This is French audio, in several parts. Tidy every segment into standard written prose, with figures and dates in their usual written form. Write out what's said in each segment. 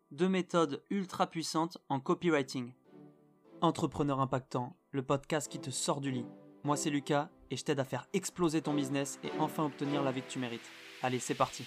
2 méthodes ultra puissantes en copywriting. Entrepreneur impactant, le podcast qui te sort du lit. Moi c'est Lucas et je t'aide à faire exploser ton business et enfin obtenir la vie que tu mérites. Allez, c'est parti.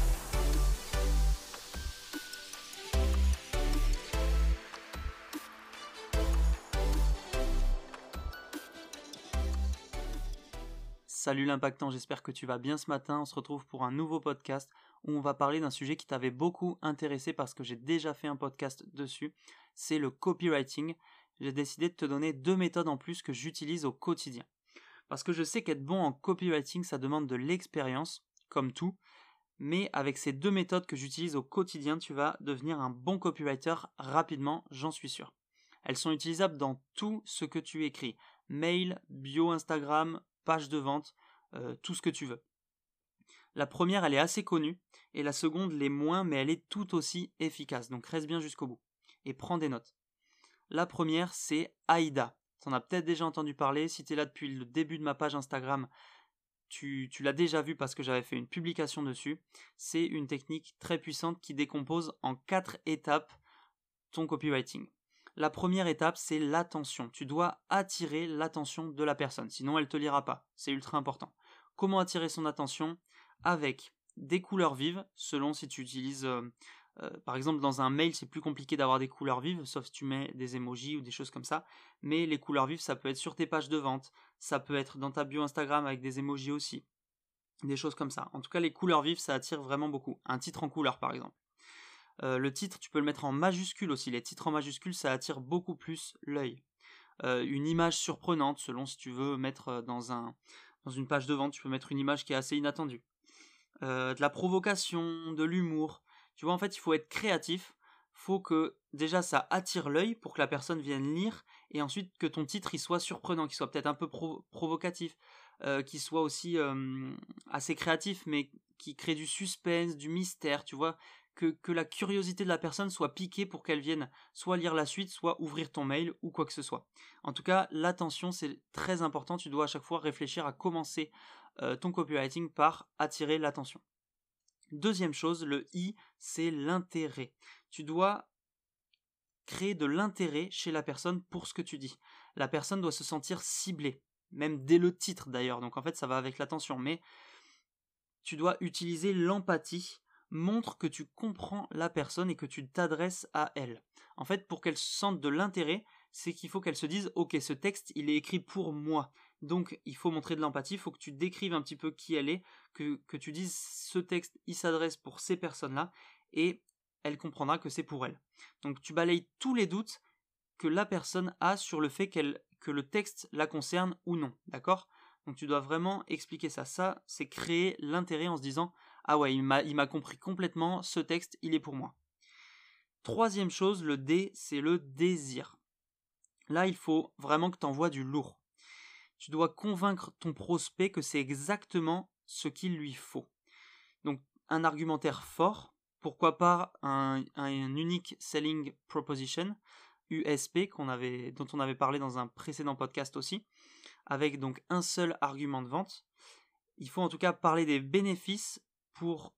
Salut l'impactant, j'espère que tu vas bien ce matin. On se retrouve pour un nouveau podcast où on va parler d'un sujet qui t'avait beaucoup intéressé parce que j'ai déjà fait un podcast dessus. C'est le copywriting. J'ai décidé de te donner 2 méthodes en plus que j'utilise au quotidien. Parce que je sais qu'être bon en copywriting, ça demande de l'expérience, comme tout. Mais avec ces 2 méthodes que j'utilise au quotidien, tu vas devenir un bon copywriter rapidement, j'en suis sûr. Elles sont utilisables dans tout ce que tu écris. Mail, bio Instagram, page de vente, tout ce que tu veux. La première, elle est assez connue, et la seconde l'est moins, mais elle est tout aussi efficace. Donc reste bien jusqu'au bout, et prends des notes. La première, c'est AIDA. Tu en as peut-être déjà entendu parler. Si tu es là depuis le début de ma page Instagram, tu l'as déjà vu parce que j'avais fait une publication dessus. C'est une technique très puissante qui décompose en 4 étapes ton copywriting. La première étape, c'est l'attention. Tu dois attirer l'attention de la personne, sinon elle ne te lira pas. C'est ultra important. Comment attirer son attention ? Avec des couleurs vives, selon si tu utilises... par exemple, dans un mail, c'est plus compliqué d'avoir des couleurs vives, sauf si tu mets des emojis ou des choses comme ça. Mais les couleurs vives, ça peut être sur tes pages de vente, ça peut être dans ta bio Instagram avec des emojis aussi. Des choses comme ça. En tout cas, les couleurs vives, ça attire vraiment beaucoup. Un titre en couleur, par exemple. Le titre, tu peux le mettre en majuscule aussi. Les titres en majuscule, ça attire beaucoup plus l'œil. Une image surprenante, selon si tu veux mettre dans une page de vente, tu peux mettre une image qui est assez inattendue. De la provocation, de l'humour. Tu vois, en fait, il faut être créatif. Faut que déjà ça attire l'œil pour que la personne vienne lire, et ensuite que ton titre il soit surprenant, qu'il soit peut-être un peu provocatif, qu'il soit aussi assez créatif, mais qui crée du suspense, du mystère, tu vois, que la curiosité de la personne soit piquée pour qu'elle vienne soit lire la suite, soit ouvrir ton mail ou quoi que ce soit. En tout cas, l'attention c'est très important, tu dois à chaque fois réfléchir à commencer ton copywriting par attirer l'attention. Deuxième chose, le I, c'est l'intérêt. Tu dois créer de l'intérêt chez la personne pour ce que tu dis. La personne doit se sentir ciblée, même dès le titre d'ailleurs, donc en fait ça va avec l'attention, mais tu dois utiliser l'empathie. Montre que tu comprends la personne et que tu t'adresses à elle. En fait, pour qu'elle sente de l'intérêt, c'est qu'il faut qu'elle se dise « Ok, ce texte, il est écrit pour moi. » Donc, il faut montrer de l'empathie, il faut que tu décrives un petit peu qui elle est, que tu dises « Ce texte, il s'adresse pour ces personnes-là. » Et elle comprendra que c'est pour elle. Donc, tu balayes tous les doutes que la personne a sur le fait que le texte la concerne ou non. D'accord ? Donc tu dois vraiment expliquer ça. Ça, c'est créer l'intérêt en se disant « Ah ouais, il m'a compris complètement, ce texte, il est pour moi. » Troisième chose, le D, c'est le désir. Là, il faut vraiment que tu envoies du lourd. Tu dois convaincre ton prospect que c'est exactement ce qu'il lui faut. Donc, un argumentaire fort, pourquoi pas un Unique Selling Proposition, USP, dont on avait parlé dans un précédent podcast aussi, avec donc un seul argument de vente. Il faut en tout cas parler des bénéfices pour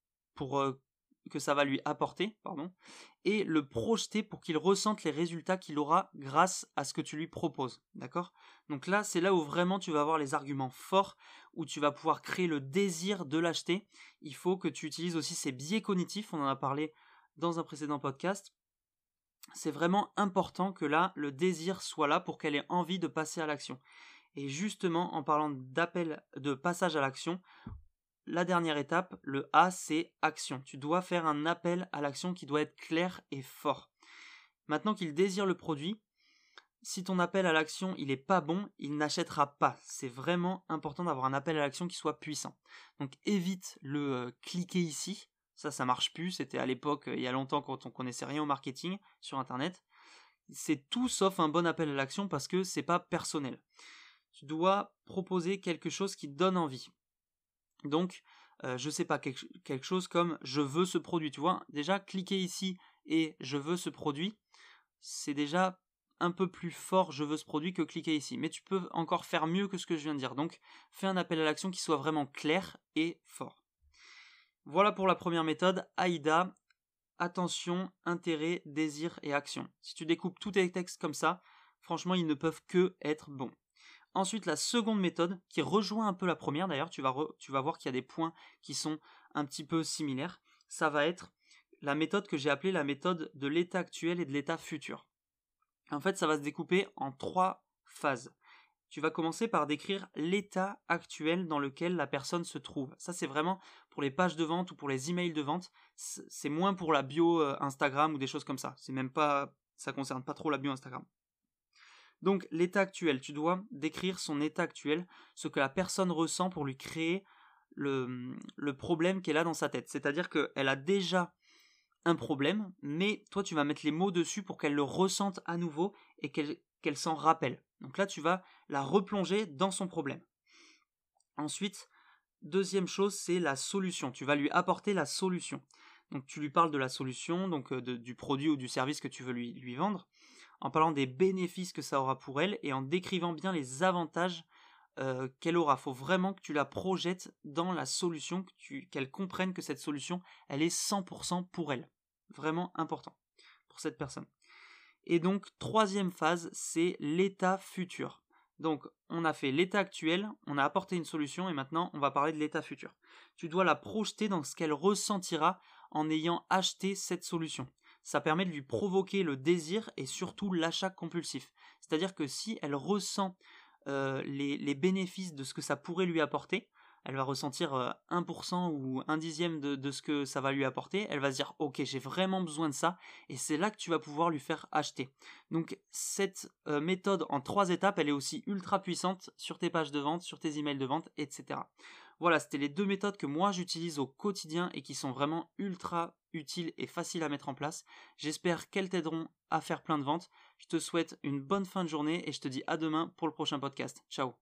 que ça va lui apporter, et le projeter pour qu'il ressente les résultats qu'il aura grâce à ce que tu lui proposes, d'accord ? Donc là, c'est là où vraiment tu vas avoir les arguments forts, où tu vas pouvoir créer le désir de l'acheter. Il faut que tu utilises aussi ces biais cognitifs, on en a parlé dans un précédent podcast. C'est vraiment important que là, le désir soit là pour qu'elle ait envie de passer à l'action. Et justement, en parlant de passage à l'action, la dernière étape, le A, c'est action. Tu dois faire un appel à l'action qui doit être clair et fort. Maintenant qu'il désire le produit, si ton appel à l'action il n'est pas bon, il n'achètera pas. C'est vraiment important d'avoir un appel à l'action qui soit puissant. Donc évite le cliquer ici. Ça marche plus. C'était à l'époque, il y a longtemps, quand on connaissait rien au marketing sur Internet. C'est tout sauf un bon appel à l'action parce que c'est pas personnel. Tu dois proposer quelque chose qui donne envie. Donc, je sais pas, quelque chose comme « je veux ce produit ». Tu vois, déjà, cliquer ici et « je veux ce produit », c'est déjà un peu plus fort « je veux ce produit » que cliquer ici. Mais tu peux encore faire mieux que ce que je viens de dire. Donc, fais un appel à l'action qui soit vraiment clair et fort. Voilà pour la première méthode, AIDA. attention, intérêt, désir et action. Si tu découpes tous tes textes comme ça, franchement, ils ne peuvent que être bons. Ensuite, la seconde méthode, qui rejoint un peu la première d'ailleurs, tu vas voir qu'il y a des points qui sont un petit peu similaires, ça va être la méthode que j'ai appelée la méthode de l'état actuel et de l'état futur. En fait, ça va se découper en 3 phases. Tu vas commencer par décrire l'état actuel dans lequel la personne se trouve. Ça, c'est vraiment pour les pages de vente ou pour les emails de vente. C'est moins pour la bio Instagram ou des choses comme ça. Ça concerne pas trop la bio Instagram. Donc, l'état actuel, tu dois décrire son état actuel, ce que la personne ressent pour lui créer le problème qu'elle a dans sa tête. C'est-à-dire qu'elle a déjà un problème, mais toi, tu vas mettre les mots dessus pour qu'elle le ressente à nouveau et qu'elle s'en rappelle. Donc là, tu vas la replonger dans son problème. Ensuite, deuxième chose, c'est la solution. Tu vas lui apporter la solution. Donc tu lui parles de la solution, donc du produit ou du service que tu veux lui vendre, en parlant des bénéfices que ça aura pour elle et en décrivant bien les avantages qu'elle aura. Il faut vraiment que tu la projettes dans la solution, qu'elle comprenne que cette solution, elle est 100% pour elle. Vraiment important pour cette personne. Et donc, troisième phase, c'est l'état futur. Donc, on a fait l'état actuel, on a apporté une solution et maintenant, on va parler de l'état futur. Tu dois la projeter dans ce qu'elle ressentira en ayant acheté cette solution. Ça permet de lui provoquer le désir et surtout l'achat compulsif. C'est-à-dire que si elle ressent les bénéfices de ce que ça pourrait lui apporter, elle va ressentir 1% ou 1/10 de ce que ça va lui apporter, elle va se dire ok, j'ai vraiment besoin de ça, et c'est là que tu vas pouvoir lui faire acheter. Donc cette méthode en 3 étapes, elle est aussi ultra puissante sur tes pages de vente, sur tes emails de vente, etc. Voilà, c'était les 2 méthodes que moi j'utilise au quotidien et qui sont vraiment ultra utiles et faciles à mettre en place. J'espère qu'elles t'aideront à faire plein de ventes. Je te souhaite une bonne fin de journée et je te dis à demain pour le prochain podcast. Ciao.